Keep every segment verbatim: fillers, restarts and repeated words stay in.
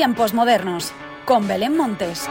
Tiempos modernos, con Belén Montes.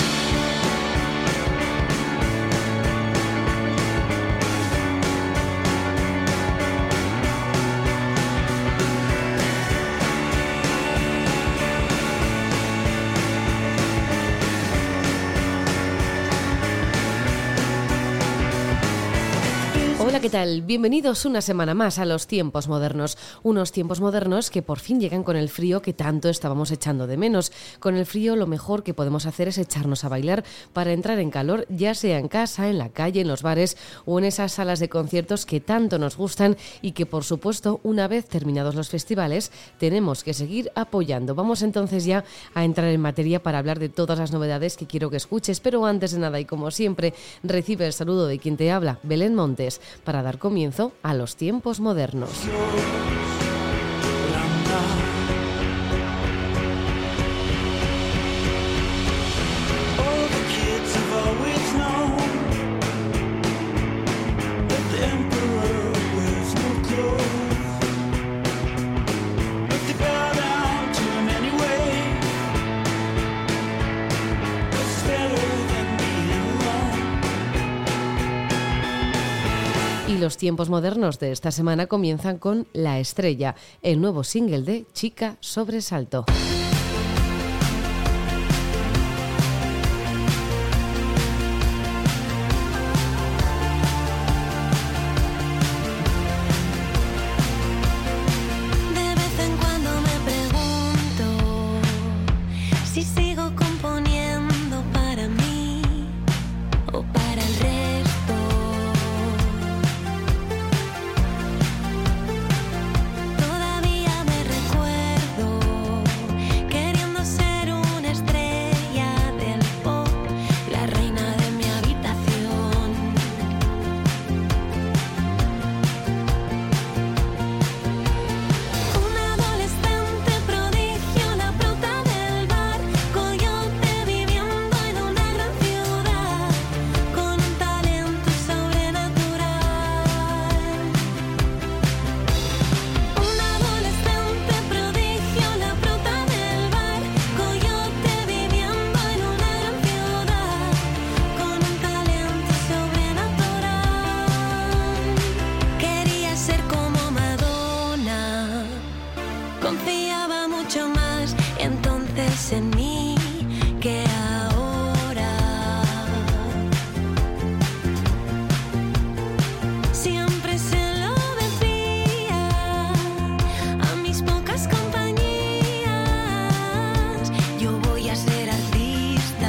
Hola, ¿qué tal? Bienvenidos una semana más a los Tiempos Modernos. Unos tiempos modernos que por fin llegan con el frío que tanto estábamos echando de menos. Con el frío lo mejor que podemos hacer es echarnos a bailar para entrar en calor, ya sea en casa, en la calle, en los bares o en esas salas de conciertos que tanto nos gustan y que, por supuesto, una vez terminados los festivales, tenemos que seguir apoyando. Vamos entonces ya a entrar en materia para hablar de todas las novedades que quiero que escuches, pero antes de nada y como siempre, recibe el saludo de quien te habla, Belén Montes, para dar comienzo a los tiempos modernos. Y los tiempos modernos de esta semana comienzan con La Estrella, el nuevo single de Chica Sobresalto. De vez en cuando me pregunto si sigo componiendo para mí o para el resto. Confiaba mucho más entonces en mí que ahora. Siempre se lo decía a mis pocas compañías: yo voy a ser artista.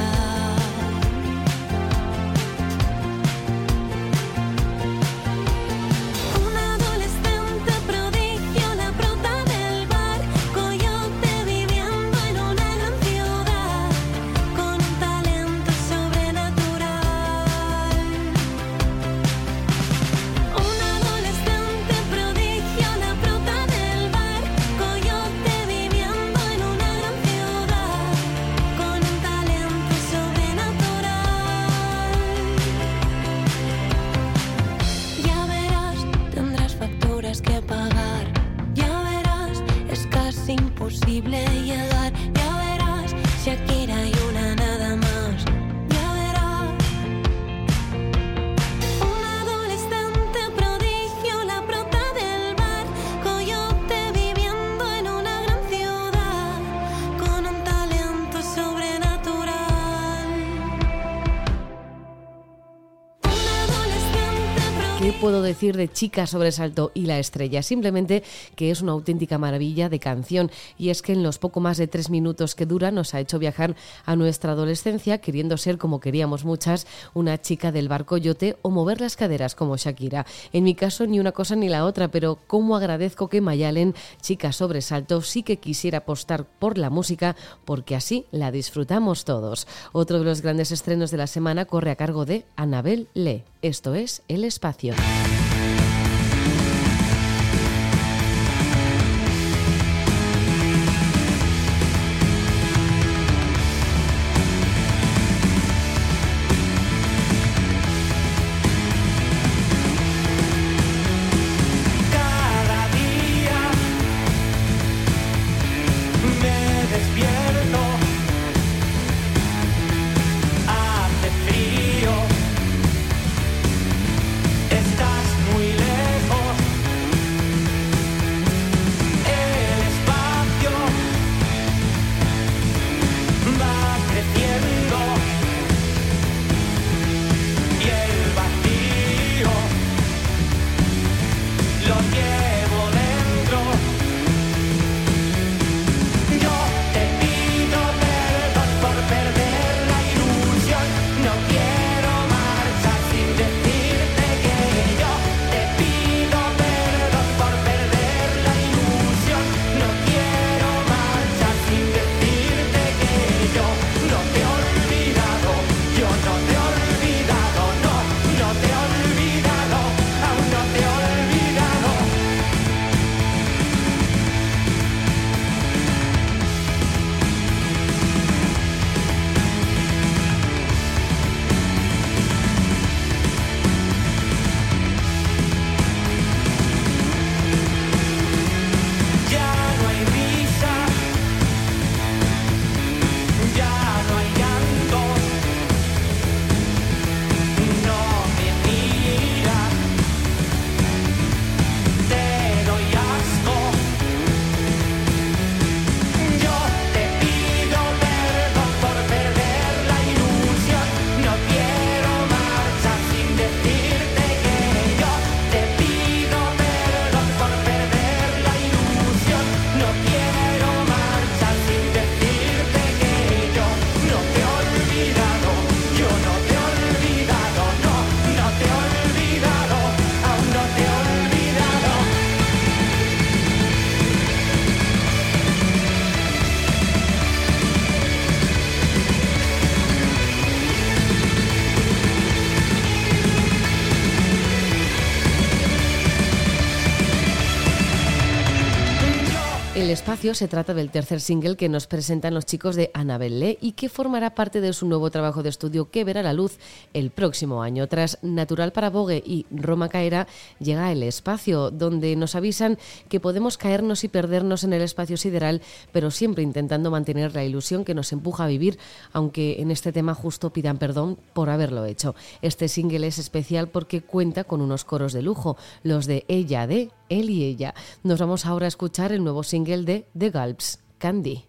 Un adolescente prodigio, la prota del bar, coyote viviendo en una gran ciudad, con un talento sobrenatural. Un adolescente prodigio, la prota del bar, coyote viviendo en una gran ciudad, con un talento sobrenatural. Ya verás, tendrás facturas que pagar. Ya verás, es casi imposible llegar. Ya verás, Shakira y una nada más. Ya verás. Un adolescente prodigio, la prota del bar, coyote viviendo en una gran ciudad, con un talento sobrenatural. Un adolescente ¿Qué prodigio. puedo decir de Chica Sobresalto y La Estrella? Simplemente que es una auténtica maravilla de canción, y es que en los poco más de tres minutos que dura nos ha hecho viajar a nuestra adolescencia, queriendo ser, como queríamos muchas, una chica del bar coyote o mover las caderas como Shakira. En mi caso ni una cosa ni la otra, pero cómo agradezco que Mayalen, Chica Sobresalto, sí que quisiera apostar por la música, porque así la disfrutamos todos. Otro de los grandes estrenos de la semana corre a cargo de Anabel Le. Esto es El Espacio. Cada día me despierto El espacio se trata del tercer single que nos presentan los chicos de Annabelle y que formará parte de su nuevo trabajo de estudio que verá la luz el próximo año. Tras Natural para Vogue y Roma Caerá, llega El Espacio, donde nos avisan que podemos caernos y perdernos en el espacio sideral, pero siempre intentando mantener la ilusión que nos empuja a vivir, aunque en este tema justo pidan perdón por haberlo hecho. Este single es especial porque cuenta con unos coros de lujo, los de Ella de Él y Ella. Nos vamos ahora a escuchar el nuevo single de The Gulps, Candy.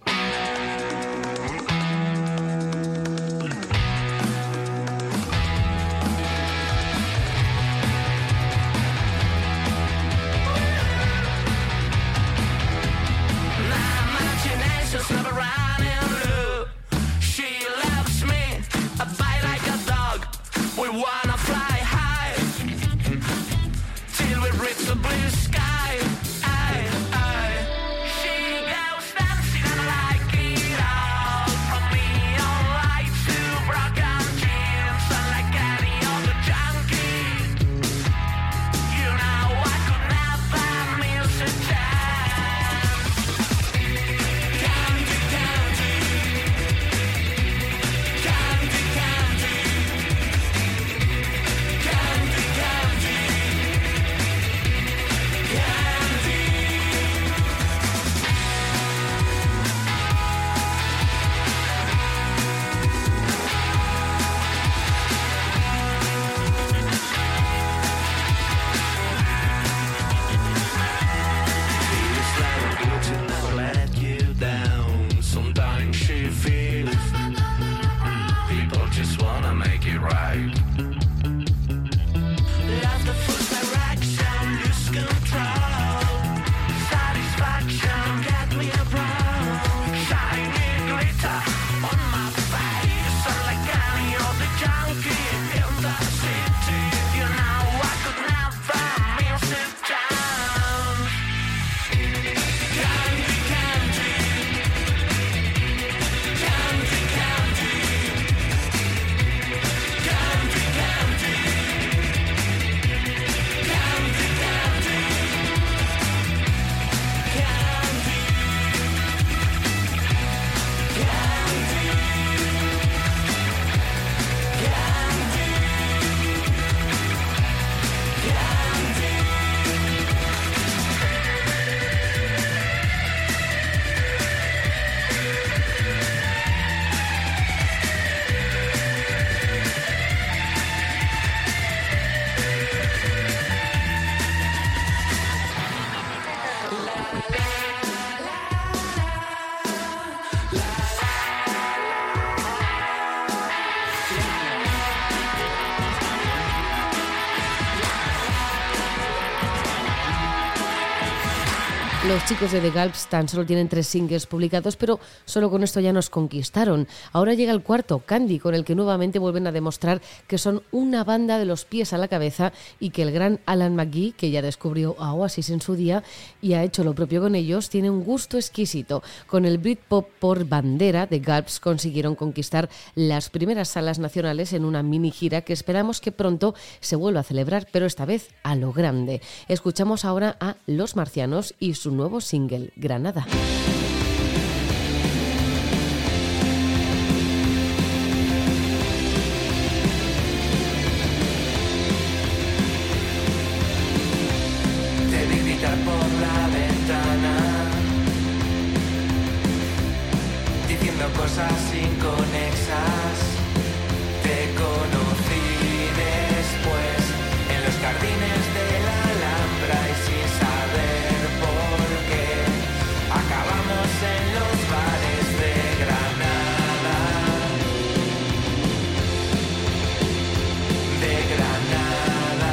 Los chicos de The Gulps tan solo tienen tres singles publicados, pero solo con esto ya nos conquistaron. Ahora llega el cuarto, Candy, con el que nuevamente vuelven a demostrar que son una banda de los pies a la cabeza y que el gran Alan McGee, que ya descubrió a Oasis en su día y ha hecho lo propio con ellos, tiene un gusto exquisito. Con el Britpop por bandera, The Gulps consiguieron conquistar las primeras salas nacionales en una mini gira que esperamos que pronto se vuelva a celebrar, pero esta vez a lo grande. Escuchamos ahora a Los Marcianos y su nuevo single, Granada. Te vi gritar por la ventana, diciendo cosas inconexas. Te conocí después en los jardines de la Alhambra y sin saber por qué acabamos en los bares de Granada, de Granada.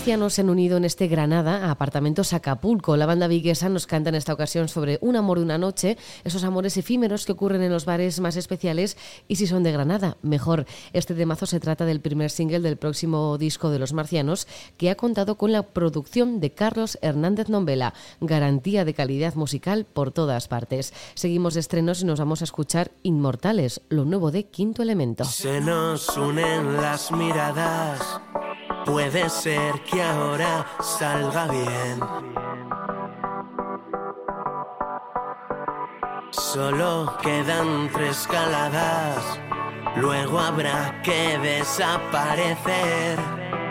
murcianos se han unido en este Granada a Apartamentos Acapulco. La banda viguesa nos canta en esta ocasión sobre un amor de una noche, esos amores efímeros que ocurren en los bares más especiales y si son de Granada, mejor. Este temazo se trata del primer single del próximo disco de Los Marcianos, que ha contado con la producción de Carlos Hernández Nombela, garantía de calidad musical por todas partes. Seguimos de estrenos y nos vamos a escuchar Inmortales, lo nuevo de Quinto Elemento. Se nos unen las miradas, puede ser que ahora salga bien. Solo quedan tres caladas, luego habrá que desaparecer.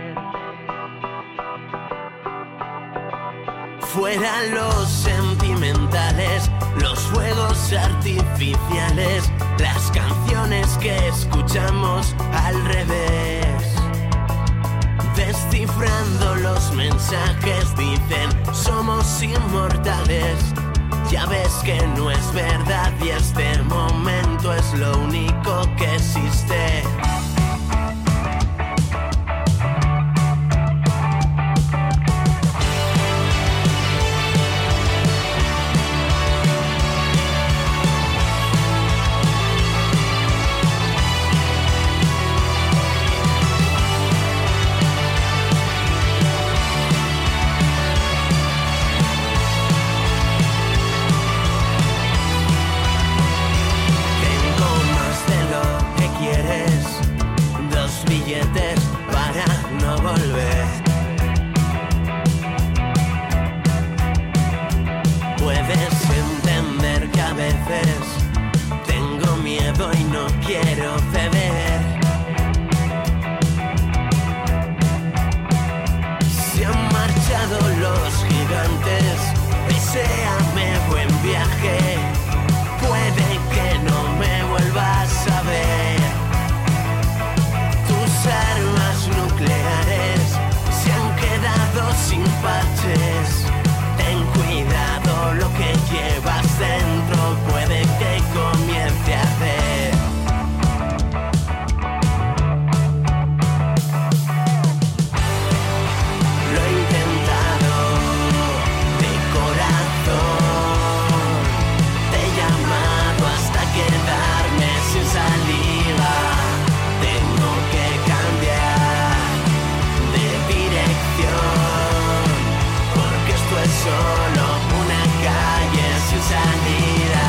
Fuera los sentimentales, los fuegos artificiales, las canciones que escuchamos al revés. Descifrando los mensajes dicen somos inmortales. Ya ves que no es verdad y este momento es lo único que existe. Para no volver. Puedes entender que a veces tengo miedo y no quiero ceder. Se han marchado los gigantes, deséame buen viaje. Puede que no me vuelvas a ver. Armas nucleares se han quedado sin parches. Ten cuidado lo que llevas dentro, puede que comience a arder. Lo he intentado de corazón, te he llamado hasta quedarme sin saliva. Tengo que solo una calle sin salida.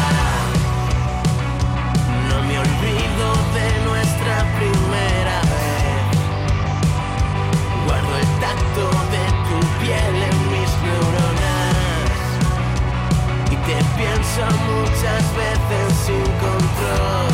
No me olvido de nuestra primera vez. Guardo el tacto de tu piel en mis neuronas y te pienso muchas veces sin control.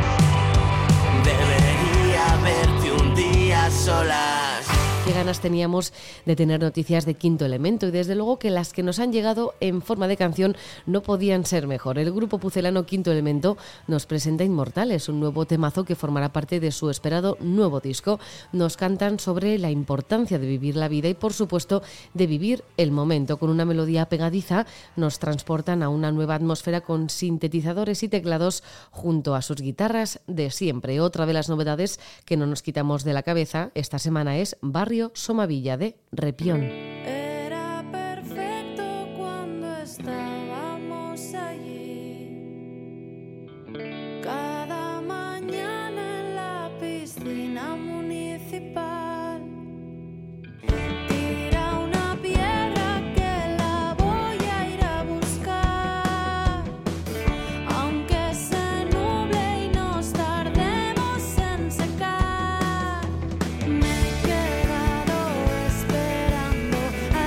Debería verte un día solas. Qué ganas teníamos de tener noticias de Quinto Elemento y desde luego que las que nos han llegado en forma de canción no podían ser mejor. El grupo pucelano Quinto Elemento nos presenta Inmortales, un nuevo temazo que formará parte de su esperado nuevo disco. Nos cantan sobre la importancia de vivir la vida y por supuesto de vivir el momento. Con una melodía pegadiza nos transportan a una nueva atmósfera con sintetizadores y teclados junto a sus guitarras de siempre. Otra de las novedades que no nos quitamos de la cabeza esta semana es Barrio Somavilla de Repión. Era perfecto cuando estábamos allí. Cada mañana en la piscina municipal. Tira una piedra que la voy a ir a buscar. Aunque se nuble y nos tardemos en secar. Me esperando a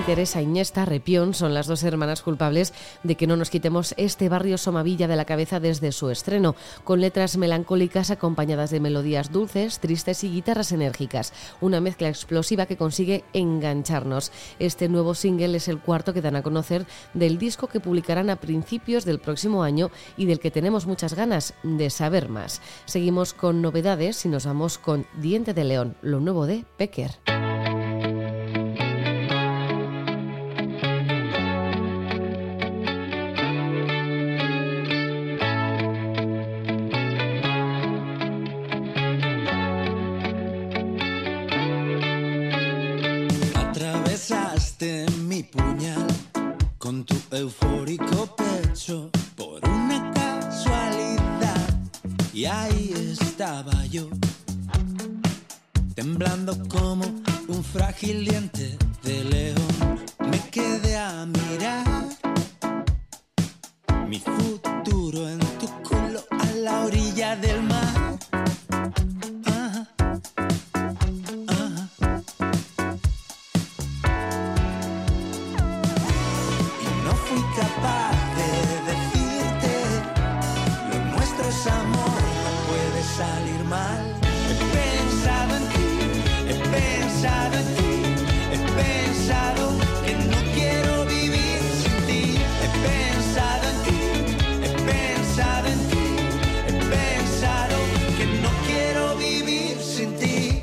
Teresa Iniesta Repión son las dos hermanas culpables de que no nos quitemos este barrio Somavilla de la cabeza desde su estreno, con letras melancólicas acompañadas de melodías dulces, tristes y guitarras enérgicas. Una mezcla explosiva que consigue engancharnos. Este nuevo single es el cuarto que dan a conocer del disco que publicarán a principios del próximo año y del que tenemos muchas ganas de saber más. Seguimos con novedades y nos vamos con Diente de León, lo nuevo de Pecker. Atravesaste mi puñal con tu eufórico pecho por una casualidad y ahí estaba yo, temblando como un frágil diente de león. Me quedé a mirar mi futuro en tu culo a la orilla del mar. Ajá, ajá. Y no fui capaz de decirte, lo nuestro es amor, no puede salir mal. He pensado en ti, he pensado en ti, he pensado que no quiero vivir sin ti. He pensado en ti, he pensado en ti, he pensado que no quiero vivir sin ti.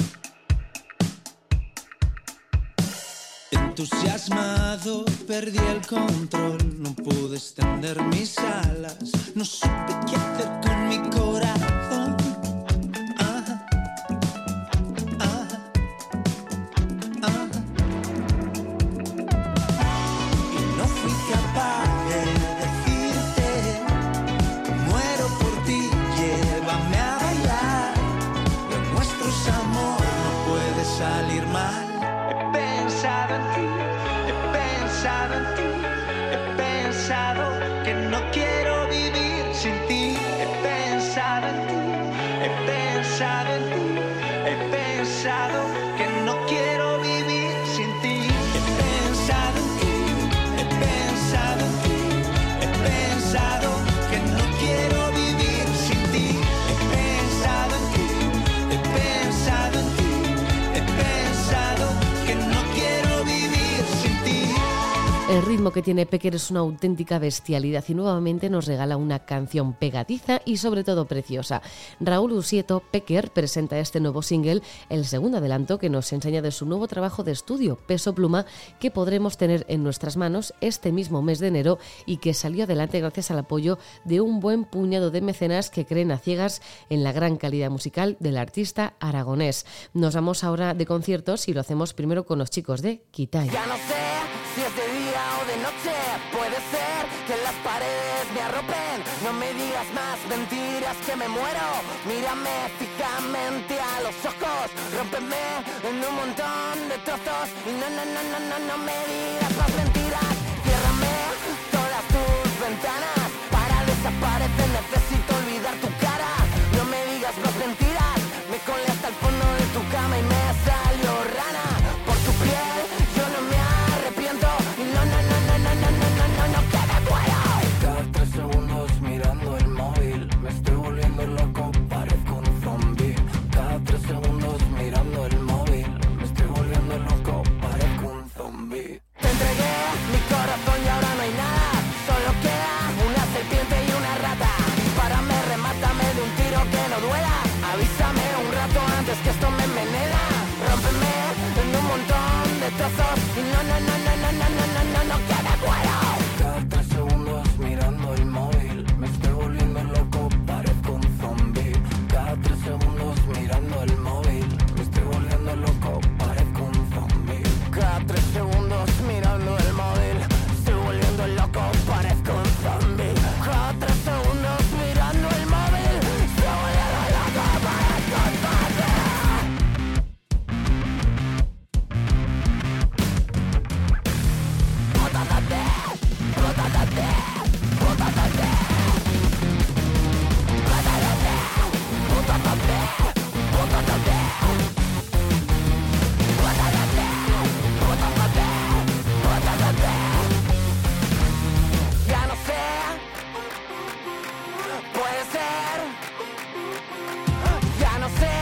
Entusiasmado perdí el control, no pude extender mis alas, no supe qué hacer con mi corazón. Ajá, ajá, ajá. Y no fui capaz de decirte, muero por ti, llévame a bailar. Lo nuestro es amor, no puede salir mal. He pensado en ti, he pensado en ti, he pensado que no quiero vivir sin ti. He pensado en ti, he pensado en ti, he pensado que no quiero vivir sin ti. He pensado en ti, he pensado en ti, he pensado que no quiero vivir sin ti. He pensado en ti, he pensado en ti, he pensado que no quiero vivir sin ti. El ritmo que tiene Pecker es una auténtica bestialidad y nuevamente nos regala una canción pegadiza y sobre todo preciosa. Raúl Usieto, Pecker, presenta este nuevo single, el segundo adelanto que nos enseña de su nuevo trabajo de estudio, Peso Pluma, que podremos tener en nuestras manos este mismo mes de enero y que salió adelante gracias al apoyo de un buen puñado de mecenas que creen a ciegas en la gran calidad musical del artista aragonés. Nos vamos ahora de conciertos y lo hacemos primero con los chicos de Kitay. Ya no sé si es de día o de noche, puede ser que las paredes me arropen. No me digas más mentiras que me muero. Mírame fijamente a los ojos, rómpeme en un montón de trozos. Y no, no, no, no, no, no me digas más mentiras. Ciérrame todas tus ventanas para desaparecer, necesito olvidar tu cara. No me digas más mentiras, me colé hasta el fondo de tu cama y me salió rana. Por tu piel yo no me arrepiento. Y no, no, no, no, no, no, no, no, no, no, que me muero. Cada tres segundos mirando el móvil, me estoy volviendo loco, parezco un zombie. Cada tres segundos mirando el móvil, me estoy volviendo loco, parezco un zombie. Te entregué mi corazón y ahora no hay nada, solo queda una serpiente y una rata. Dispárame, remátame de un tiro que no duela. Avísame un rato antes que esto me envenena. Rómpeme en un montón de trozos. Y no, no, no, no, no, no, no, no, no, no, que me muero. Cada tres segundos mirando el móvil, me estoy volviendo loco, parezco un zombie. Cada tres segundos mirando el móvil, me estoy volviendo loco, parezco un zombie. Cada tres segundos mirando el móvil, estoy volviendo loco, parezco un zombie. Cada tres segundos mirando el móvil, estoy volviendo loco, parezco un zombie. puede ser. Ya no sé,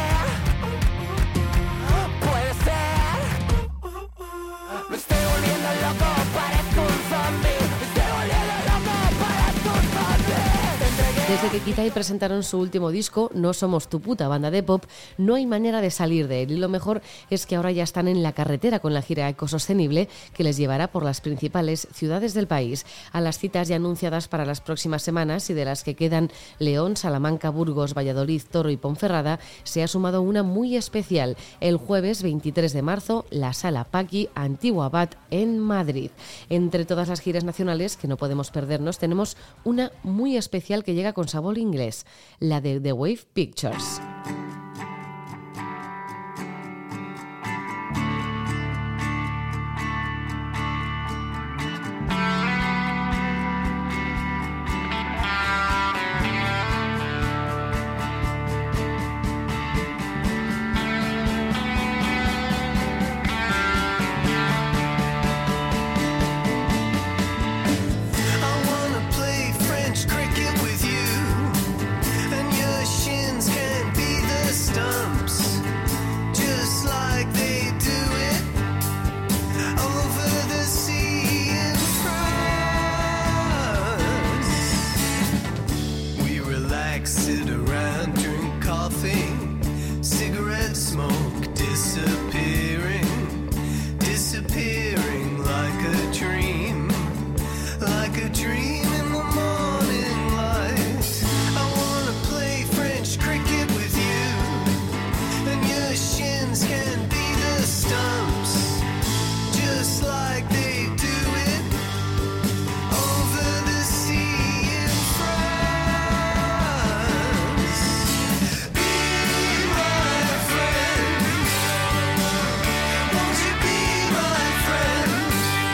puede ser. Me estoy volviendo loco, parezco un zombie. Me estoy volviendo loco, parezco un zombie. Te entregué. Desde que Kitai presentaron su último disco, No somos tu puta banda de pop, no hay manera de salir de él, y lo mejor es que ahora ya están en la carretera con la gira ecosostenible que les llevará por las principales ciudades del país. A las citas ya anunciadas para las próximas semanas y de las que quedan León, Salamanca, Burgos, Valladolid, Toro y Ponferrada, se ha sumado una muy especial. El jueves veintitrés de marzo, la Sala Paqui, Antigua Bat en Madrid. Entre todas las giras nacionales que no podemos perdernos, tenemos una muy especial que llega con sabor inglés, la de The Wave Pictures. I wanna play French cricket with you, and your shins can be the stumps, just like they do it over the sea in France. We relax, sit around, drink coffee, cigarette smoke disappearing, disappearing like a dream. Like a dream in the morning light. I wanna play French cricket with you, and your shins can be the stumps, just like they do it over the sea in France. Be my friend, won't you be my friend?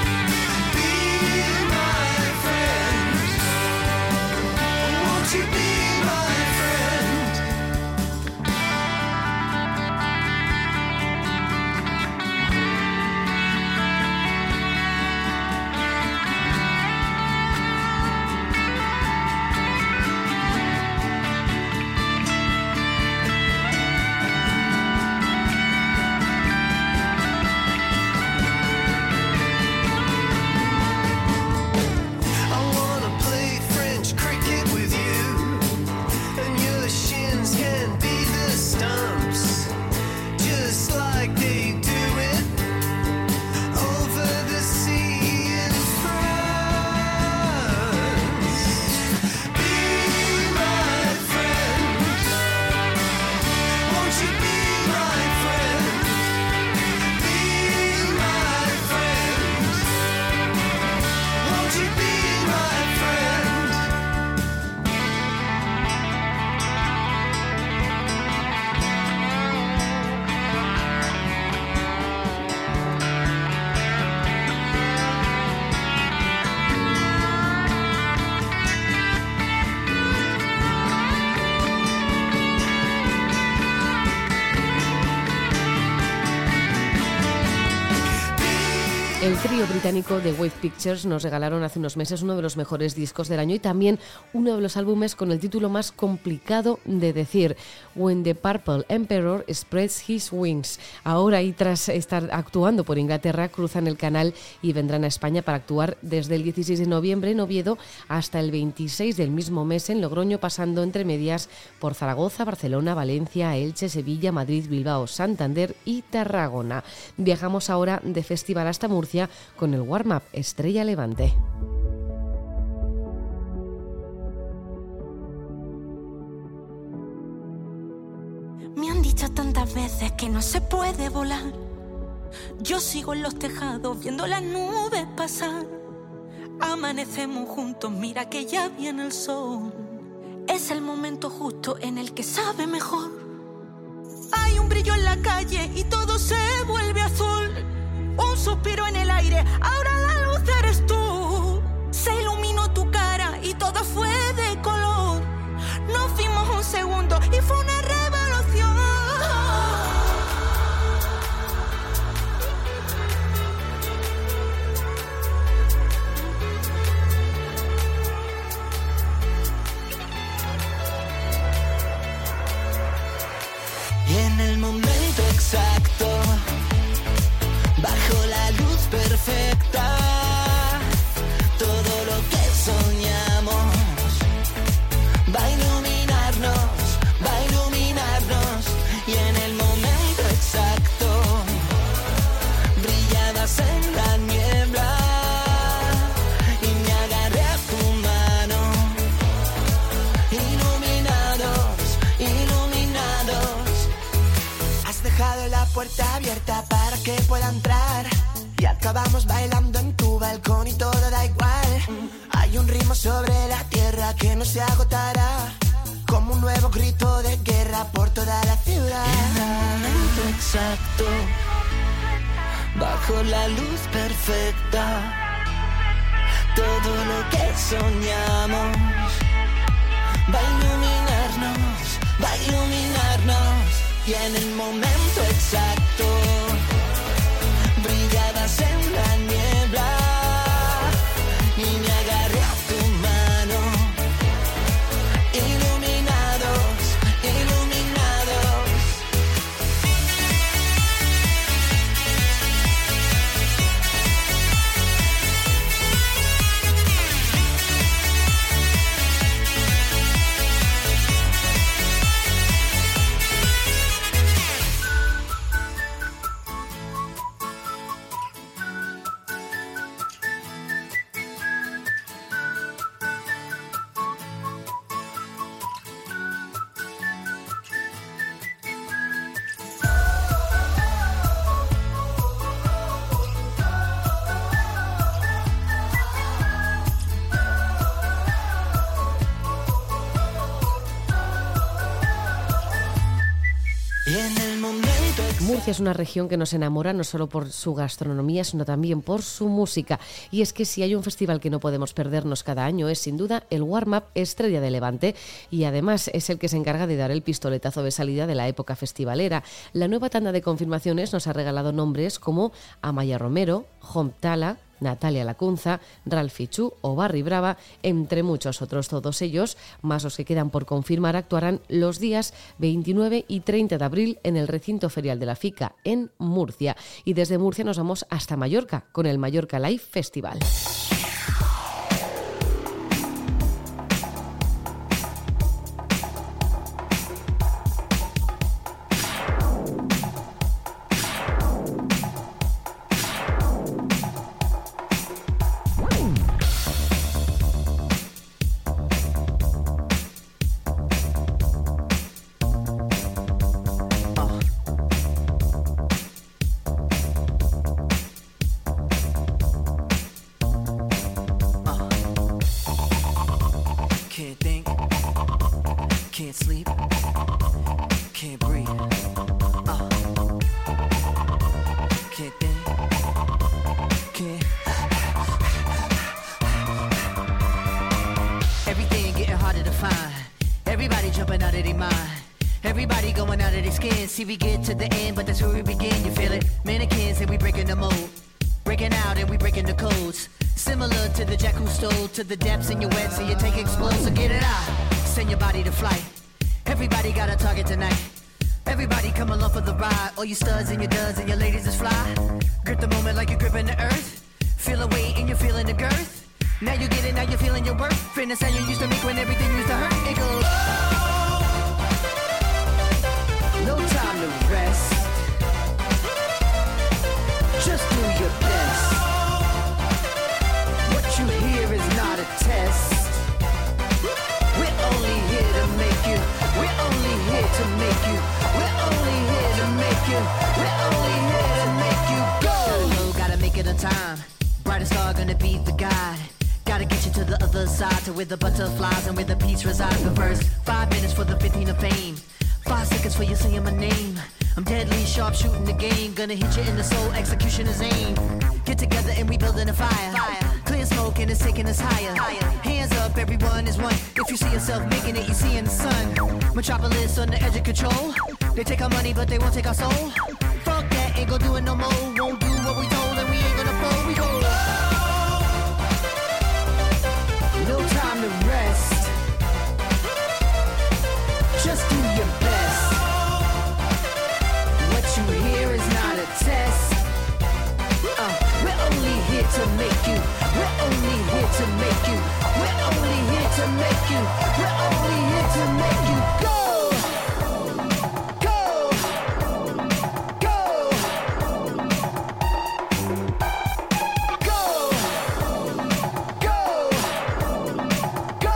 Be my friend, won't you be my friend? I wanna play French cricket with you, and your shins can be the stumps, just like they do it over the sea in France. Be my friend, won't you be my friend? Be my friend, won't you be my friend? El trío británico The Wave Pictures nos regalaron hace unos meses uno de los mejores discos del año y también uno de los álbumes con el título más complicado de decir, When the Purple Emperor Spreads His Wings. Ahora, y tras estar actuando por Inglaterra, cruzan el canal y vendrán a España para actuar desde el dieciséis de noviembre en Oviedo hasta el veintiséis del mismo mes en Logroño, pasando entre medias por Zaragoza, Barcelona, Valencia, Elche, Sevilla, Madrid, Bilbao, Santander y Tarragona. Viajamos ahora de festival hasta Murcia con el warm-up Estrella Levante. Me han dicho tantas veces que no se puede volar. Yo sigo en los tejados viendo las nubes pasar. Amanecemos juntos, mira que ya viene el sol. Es el momento justo en el que sabe mejor. Hay un brillo en la calle y todo se vuelve azul. Un suspiro en el aire, ahora la luz eres tú. Se iluminó tu cara y todo fue de color. Nos fuimos un segundo y fue una revolución. abierta para que pueda entrar. Y acabamos bailando en tu balcón y todo da igual. Hay un ritmo sobre la tierra que no se agotará, como un nuevo grito de guerra por toda la ciudad. En el momento exacto, bajo la luz perfecta, todo lo que soñamos va a iluminarnos, va a iluminarnos. Y en el momento exacto brillabas en la niebla y me agarré a tu mano. Iluminados, iluminados. Murcia es una región que nos enamora no solo por su gastronomía, sino también por su música. Y es que si hay un festival que no podemos perdernos cada año es sin duda el Warm Up Estrella de Levante, y además es el que se encarga de dar el pistoletazo de salida de la época festivalera. La nueva tanda de confirmaciones nos ha regalado nombres como Amaya Romero, Homtala, Natalia Lacunza, Ralph Chu o Barry Brava, entre muchos otros. Todos ellos, más los que quedan por confirmar, actuarán los días veintinueve y treinta de abril en el recinto ferial de la FICA en Murcia. Y desde Murcia nos vamos hasta Mallorca con el Mallorca Live Festival. See, we get to the end, but that's where we begin. You feel it? Mannequins and we breaking the mold, breaking out and we breaking the codes. Similar to the jack who stole to the depths in your wet, so you take explode. So get it out, send your body to flight. Everybody got a target tonight. Everybody come along for the ride. All you studs and your duds and your ladies is fly. Grip the moment like you're gripping the earth. Feel the weight and you're feeling the girth. Now you get it, now you're feeling your worth. Fitness how you used to make when everything used to hurt. It goes. No time to rest. Just do your best. What you hear is not a test. We're only here to make you. We're only here to make you. We're only here to make you. We're only here to make you go. Gotta, gotta make it on time. Brightest star gonna be the guide. Gotta get you to the other side, to where the butterflies and where the peace resides. But first, five minutes for the fifteen of fame. Five seconds for you saying my name. I'm deadly sharp shooting the game. Gonna hit you in the soul, execution is aim. Get together and we building a fire. Clear smoke and it's taking us higher. Hands up, everyone is one. If you see yourself making it, you see in the sun. Metropolis on the edge of control. They take our money, but they won't take our soul. Fuck that, ain't gonna do it no more. Won't do what we told and we ain't gonna fold. We go. No time to rest. Just do your best. What you hear is not a test. Uh, we're only here to make you. We're only here to make you. We're only here to make you. We're only here to make you go. Go. Go. Go. Go. Go.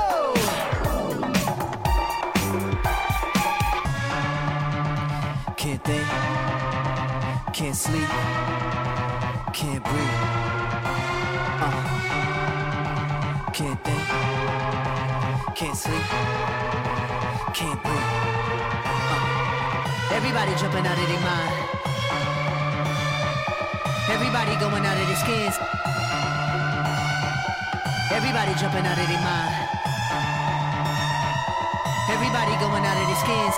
Can't sleep, can't breathe, uh. Can't think, can't sleep, can't breathe, uh. Everybody jumping out of their mind, everybody going out of their skins, everybody jumping out of their mind, everybody going out of their skins.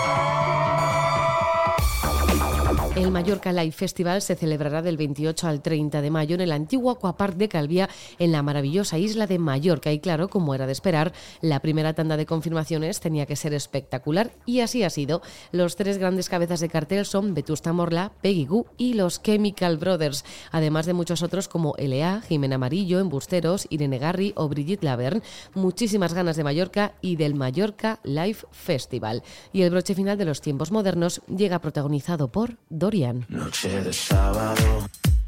El Mallorca Live Festival se celebrará del veintiocho al treinta de mayo en el antiguo Aquapark de Calviá, en la maravillosa isla de Mallorca. Y claro, como era de esperar, la primera tanda de confirmaciones tenía que ser espectacular, y así ha sido. Los tres grandes cabezas de cartel son Vetusta Morla, Peggy Gou y los Chemical Brothers, además de muchos otros como L A, Jimena Amarillo, Embusteros, Irene Garri o Brigitte Laverne. Muchísimas ganas de Mallorca y del Mallorca Live Festival. Y el broche final de los tiempos modernos llega protagonizado por Dorian. Noche de sábado,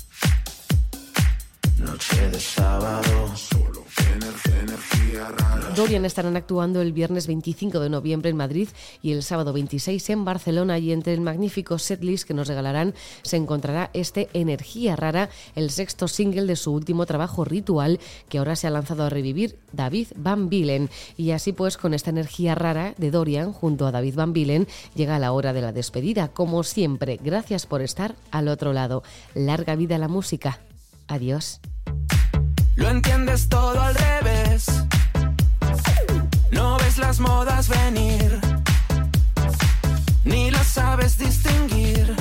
noche de sábado, solo energía, energía rara. Dorian estarán actuando el viernes veinticinco de noviembre en Madrid y el sábado veintiséis en Barcelona, y entre el magnífico setlist que nos regalarán se encontrará este Energía Rara, el sexto single de su último trabajo Ritual, que ahora se ha lanzado a revivir David Van Bilen. Y así pues, con esta energía rara de Dorian junto a David Van Bilen, llega la hora de la despedida. Como siempre, gracias por estar al otro lado. Larga vida a la música. Adiós. Lo entiendes todo al revés. No ves las modas venir, ni las sabes distinguir.